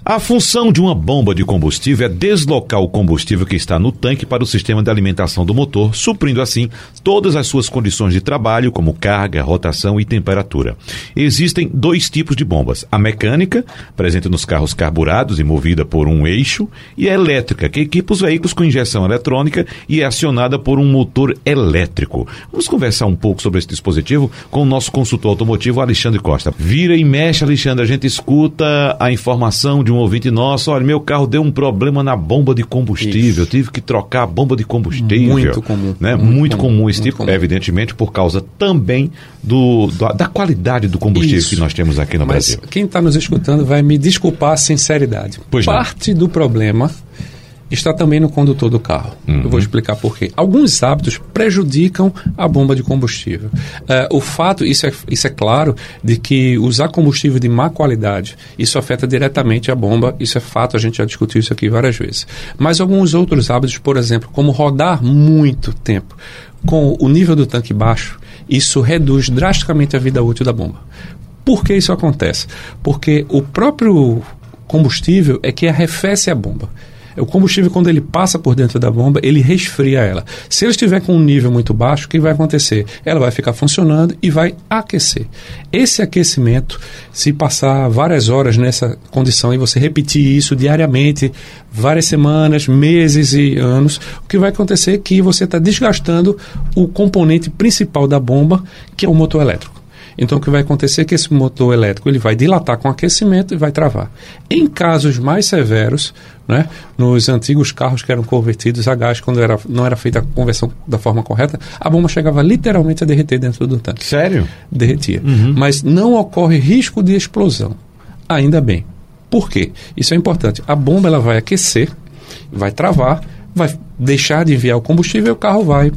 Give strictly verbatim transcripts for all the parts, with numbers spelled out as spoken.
A função de uma bomba de combustível é deslocar o combustível que está no tanque para o sistema de alimentação do motor, suprindo assim todas as suas condições de trabalho, como carga, rotação e temperatura. Existem dois tipos de bombas: a mecânica, presente nos carros carburados e movida por um eixo, e a elétrica, que equipa os veículos com injeção eletrônica e é acionada por um motor elétrico. Vamos conversar um pouco sobre esse dispositivo com o nosso consultor automotivo, Alexandre Costa. Vira e mexe, Alexandre, a gente escuta a informação de um ouvinte nosso: olha, meu carro deu um problema na bomba de combustível, Isso. tive que trocar a bomba de combustível. Muito comum. Né? Muito, muito comum, comum esse muito tipo, comum. Evidentemente, por causa também do, do, da qualidade do combustível Isso. que nós temos aqui no Mas Brasil. Quem está nos escutando vai me desculpar a sinceridade. Pois Parte não. do problema está também no condutor do carro. Uhum. Eu vou explicar por quê. Alguns hábitos prejudicam a bomba de combustível. Uh, o fato, isso é, isso é claro, de que usar combustível de má qualidade, isso afeta diretamente a bomba, isso é fato, a gente já discutiu isso aqui várias vezes. Mas alguns outros hábitos, por exemplo, como rodar muito tempo com o nível do tanque baixo, isso reduz drasticamente a vida útil da bomba. Por que isso acontece? Porque o próprio combustível é que arrefece a bomba. O combustível, quando ele passa por dentro da bomba, ele resfria ela. Se ele estiver com um nível muito baixo, o que vai acontecer? Ela vai ficar funcionando e vai aquecer. Esse aquecimento, se passar várias horas nessa condição e você repetir isso diariamente, várias semanas, meses e anos, o que vai acontecer é que você está desgastando o componente principal da bomba, que é o motor elétrico. Então, o que vai acontecer é que esse motor elétrico ele vai dilatar com aquecimento e vai travar. Em casos mais severos, né, nos antigos carros que eram convertidos a gás, quando era, não era feita a conversão da forma correta, a bomba chegava literalmente a derreter dentro do tanque. Sério? Derretia. Uhum. Mas não ocorre risco de explosão. Ainda bem. Por quê? Isso é importante. A bomba ela vai aquecer, vai travar, vai deixar de enviar o combustível e o carro vai,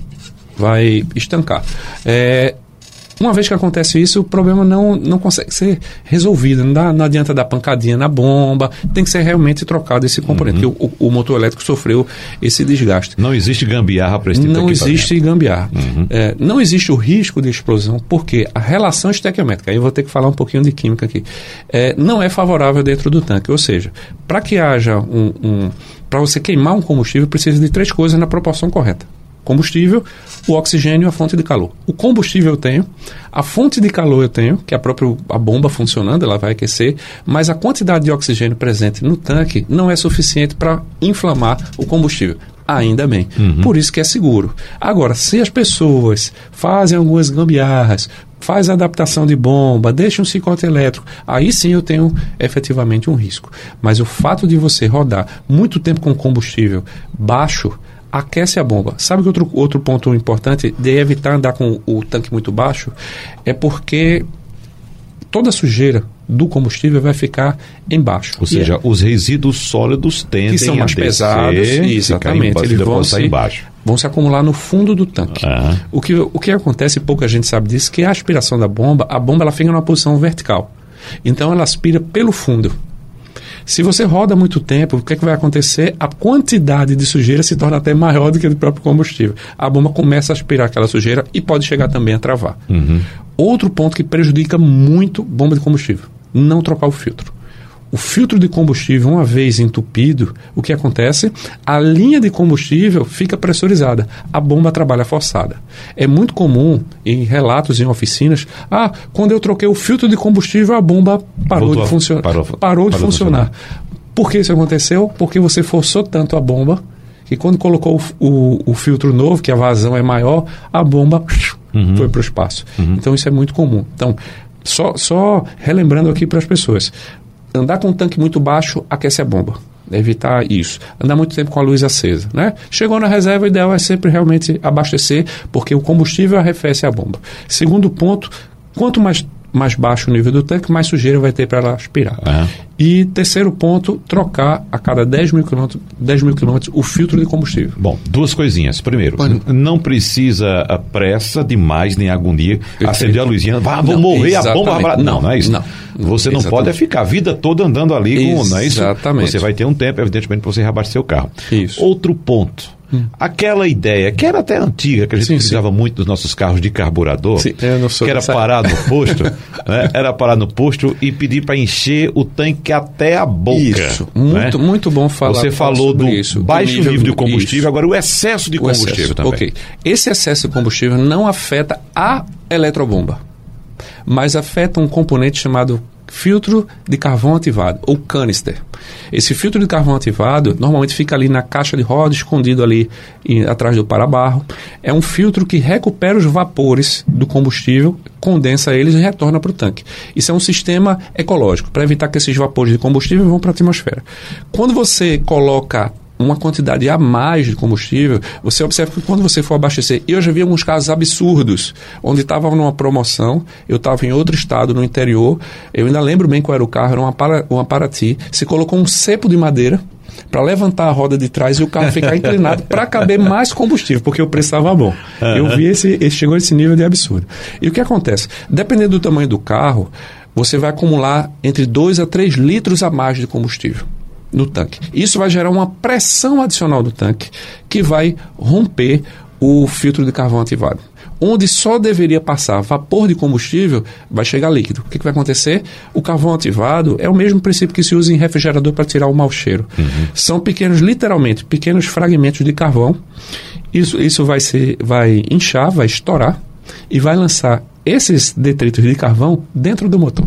vai estancar. É... Uma vez que acontece isso, o problema não, não consegue ser resolvido. Não, dá, não adianta dar pancadinha na bomba, tem que ser realmente trocado esse componente, uhum. porque o, o motor elétrico sofreu esse desgaste. Não existe gambiarra para esse tipo Não de existe gambiarra. Uhum. É, não existe o risco de explosão, porque a relação estequiométrica, aí eu vou ter que falar um pouquinho de química aqui, é, não é favorável dentro do tanque. Ou seja, para que haja um... um para você queimar um combustível, precisa de três coisas na proporção correta: combustível, o oxigênio e a fonte de calor. O combustível eu tenho, a fonte de calor eu tenho, que é a própria a bomba funcionando, ela vai aquecer, mas a quantidade de oxigênio presente no tanque não é suficiente para inflamar o combustível. Ainda bem. Uhum. Por isso que é seguro. Agora, se as pessoas fazem algumas gambiarras, faz a adaptação de bomba, deixa um cicote elétrico, aí sim eu tenho efetivamente um risco. Mas o fato de você rodar muito tempo com combustível baixo aquece a bomba. Sabe que outro, outro ponto importante de evitar andar com o tanque muito baixo é porque toda a sujeira do combustível vai ficar embaixo. Ou seja, é. os resíduos sólidos tendem que são mais a descer, pesados, exatamente, eles vão se, vão se acumular no fundo do tanque. Ah. O, que, o que acontece, pouca gente sabe disso, que a aspiração da bomba, a bomba ela fica numa posição vertical. Então ela aspira pelo fundo. Se você roda muito tempo, o que, é que vai acontecer? A quantidade de sujeira se torna até maior do que do próprio combustível. A bomba começa a aspirar aquela sujeira e pode chegar também a travar. Uhum. Outro ponto que prejudica muito bomba de combustível: não trocar o filtro. O filtro de combustível, uma vez entupido, o que acontece? A linha de combustível fica pressurizada. A bomba trabalha forçada. É muito comum, em relatos em oficinas, ah, quando eu troquei o filtro de combustível, a bomba parou Voltou, de, funcio- parou, parou parou de funcionar. funcionar. Por que isso aconteceu? Porque você forçou tanto a bomba que quando colocou o, o, o filtro novo, que a vazão é maior, a bomba uhum. foi para o espaço. Uhum. Então isso é muito comum. Então, só, só relembrando aqui para as pessoas: andar com um tanque muito baixo aquece a bomba. Evitar isso. Andar muito tempo com a luz acesa, né? Chegou na reserva, o ideal é sempre realmente abastecer, porque o combustível arrefece a bomba. Segundo ponto, quanto mais, mais baixo o nível do tanque, mais sujeira vai ter para ela aspirar. Uhum. E terceiro ponto, trocar a cada dez mil quilômetros, dez mil quilômetros o filtro de combustível. Bom, duas coisinhas. Primeiro, n- não precisa a pressa demais, nem agonia. Perfeito. Acender a luzinha, ah, vou não, morrer, exatamente. a bomba vai... Não, não, não é isso. Não, você não exatamente. pode ficar a vida toda andando ali com... Não é isso? Exatamente. Você vai ter um tempo, evidentemente, para você reabastecer o carro. Isso. Outro ponto. hum. aquela ideia, que era até antiga, que a gente sim, precisava sim. muito dos nossos carros de carburador, sim, que era dessa... parar no posto, né? Era parar no posto e pedir para encher o tanque até a boca. Isso, muito, né? muito bom falar. Você falou do isso, baixo nível, nível de combustível, isso. Agora o excesso de combustível excesso. também. Ok, esse excesso de combustível não afeta a eletrobomba, mas afeta um componente chamado filtro de carvão ativado, ou canister. Esse filtro de carvão ativado normalmente fica ali na caixa de roda, escondido ali em, atrás do para-barro. É um filtro que recupera os vapores do combustível, condensa eles e retorna para o tanque. Isso é um sistema ecológico, para evitar que esses vapores de combustível vão para a atmosfera. Quando você coloca uma quantidade a mais de combustível, você observa que quando você for abastecer, eu já vi alguns casos absurdos, onde estava numa promoção, eu estava em outro estado, no interior, eu ainda lembro bem qual era o carro, era uma, para, uma Paraty, se colocou um cepo de madeira para levantar a roda de trás e o carro ficar inclinado para caber mais combustível, porque o preço estava bom. Uhum. Eu vi esse, esse, chegou a esse nível de absurdo. E o que acontece? Dependendo do tamanho do carro, você vai acumular entre dois a três litros a mais de combustível no tanque. Isso vai gerar uma pressão adicional do tanque que vai romper o filtro de carvão ativado. Onde só deveria passar vapor de combustível, vai chegar líquido. O que, que vai acontecer? O carvão ativado é o mesmo princípio que se usa em refrigerador para tirar o mau cheiro. Uhum. São pequenos, literalmente, pequenos fragmentos de carvão. Isso, isso vai, ser, vai inchar, vai estourar e vai lançar esses detritos de carvão dentro do motor.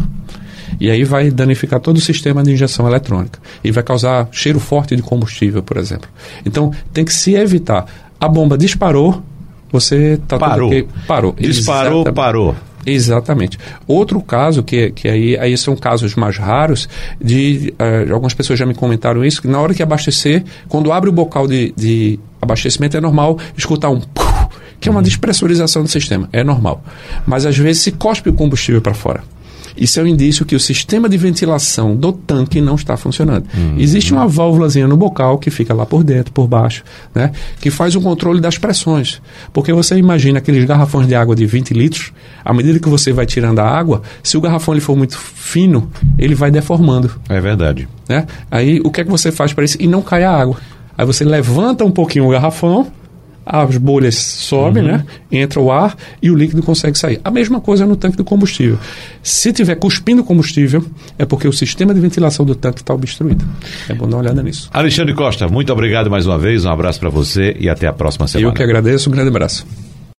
E aí vai danificar todo o sistema de injeção eletrônica. E vai causar cheiro forte de combustível, por exemplo. Então, tem que se evitar. A bomba disparou, você está parou. Tudo parou. Disparou, Exatamente. parou. Exatamente. Outro caso, que, que aí, aí são casos mais raros, de uh, algumas pessoas já me comentaram isso, que na hora que abastecer, quando abre o bocal de, de abastecimento, é normal escutar um puff, que é uma despressurização do sistema. É normal. Mas às vezes se cospe o combustível para fora. Isso é um indício que o sistema de ventilação do tanque não está funcionando. Uhum. Existe uma válvulazinha no bocal que fica lá por dentro, por baixo, né, que faz o controle das pressões. Porque você imagina aqueles garrafões de água de vinte litros, à medida que você vai tirando a água, se o garrafão ele for muito fino, ele vai deformando. É verdade. Né? Aí o que é que você faz para isso? E não cai a água. Aí você levanta um pouquinho o garrafão, as bolhas sobem, uhum. né? Entra o ar e o líquido consegue sair. A mesma coisa no tanque do combustível. Se tiver cuspindo combustível, é porque o sistema de ventilação do tanque está obstruído. É bom dar uma olhada nisso. Alexandre Costa, muito obrigado mais uma vez, um abraço para você e até a próxima semana. Eu que agradeço, um grande abraço.